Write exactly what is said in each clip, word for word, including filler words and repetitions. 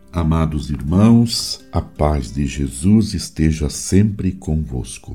Amados irmãos, a paz de Jesus esteja sempre convosco.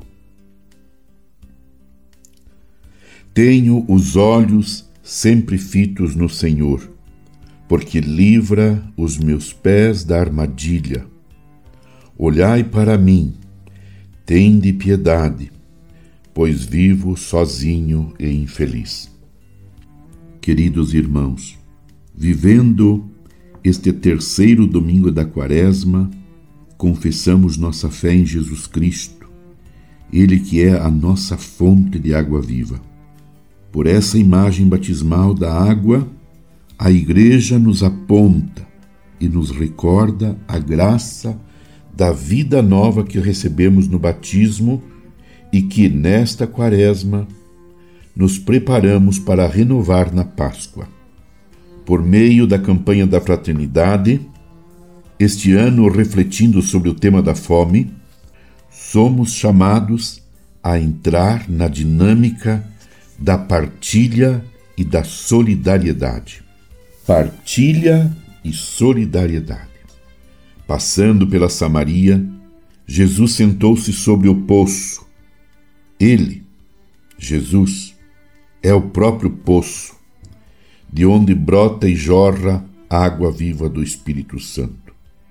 Tenho os olhos sempre fitos no Senhor, porque livra os meus pés da armadilha. Olhai para mim, tende piedade, pois vivo sozinho e infeliz. Queridos irmãos, vivendo este terceiro domingo da Quaresma, confessamos nossa fé em Jesus Cristo, Ele que é a nossa fonte de água viva. Por essa imagem batismal da água, a Igreja nos aponta e nos recorda a graça da vida nova que recebemos no batismo e que, nesta Quaresma, nos preparamos para renovar na Páscoa. Por meio da campanha da fraternidade, este ano refletindo sobre o tema da fome, somos chamados a entrar na dinâmica da partilha e da solidariedade. Partilha e solidariedade. Passando pela Samaria, Jesus sentou-se sobre o poço. Ele, Jesus, é o próprio poço, de onde brota e jorra a água viva do Espírito Santo.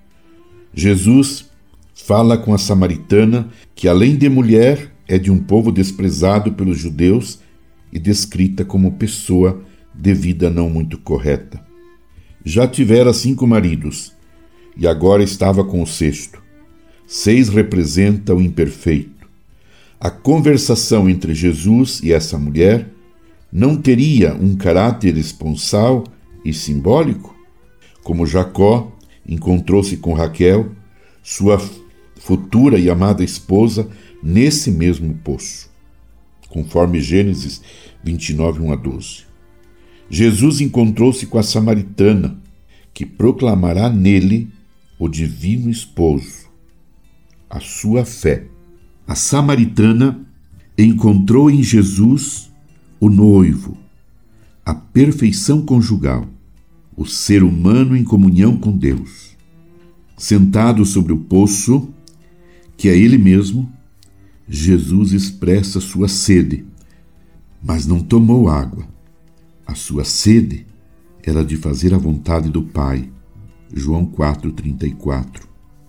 Jesus fala com a samaritana, que além de mulher, é de um povo desprezado pelos judeus e descrita como pessoa de vida não muito correta. Já tivera cinco maridos, e agora estava com o sexto. Seis representa o imperfeito. A conversação entre Jesus e essa mulher não teria um caráter esponsal e simbólico? Como Jacó encontrou-se com Raquel, sua futura e amada esposa, nesse mesmo poço, conforme Gênesis vinte e nove, um a doze. Jesus encontrou-se com a samaritana, que proclamará nele o divino esposo, a sua fé. A samaritana encontrou em Jesus o noivo, a perfeição conjugal, o ser humano em comunhão com Deus. Sentado sobre o poço, que é Ele mesmo, Jesus expressa sua sede, mas não tomou água. A sua sede era de fazer a vontade do Pai. João quatro, trinta e quatro.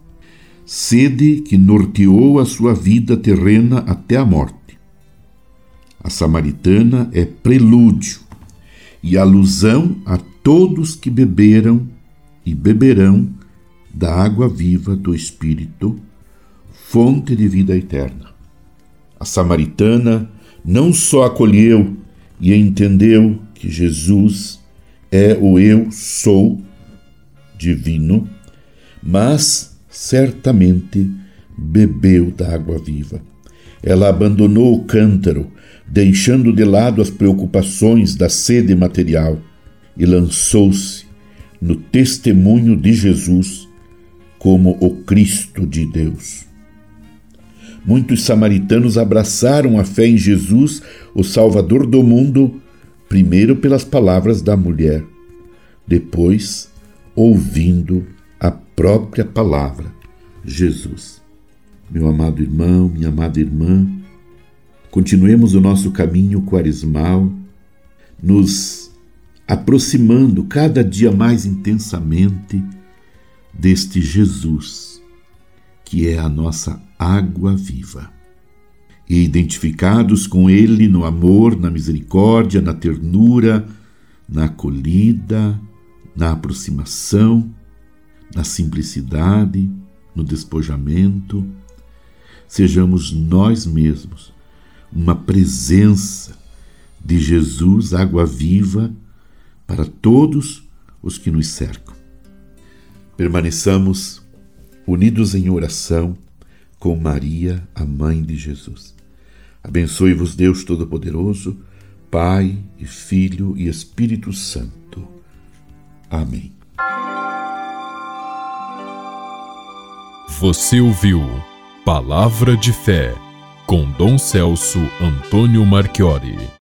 Sede que norteou a sua vida terrena até a morte. A samaritana é prelúdio e alusão a todos que beberam e beberão da água viva do Espírito, fonte de vida eterna. A samaritana não só acolheu e entendeu que Jesus é o Eu Sou divino, mas certamente bebeu da água viva. Ela abandonou o cântaro, deixando de lado as preocupações da sede material, e lançou-se no testemunho de Jesus como o Cristo de Deus. Muitos samaritanos abraçaram a fé em Jesus, o Salvador do mundo, primeiro pelas palavras da mulher, depois ouvindo a própria palavra, Jesus. Meu amado irmão, minha amada irmã, continuemos o nosso caminho quaresmal, nos aproximando cada dia mais intensamente deste Jesus, que é a nossa água viva. E identificados com Ele no amor, na misericórdia, na ternura, na acolhida, na aproximação, na simplicidade, no despojamento, sejamos nós mesmos uma presença de Jesus, água viva, para todos os que nos cercam. Permaneçamos unidos em oração com Maria, a Mãe de Jesus. Abençoe-vos Deus Todo-Poderoso, Pai e Filho e Espírito Santo. Amém. Você ouviu Palavra de Fé com Dom Celso Antônio Marchiori.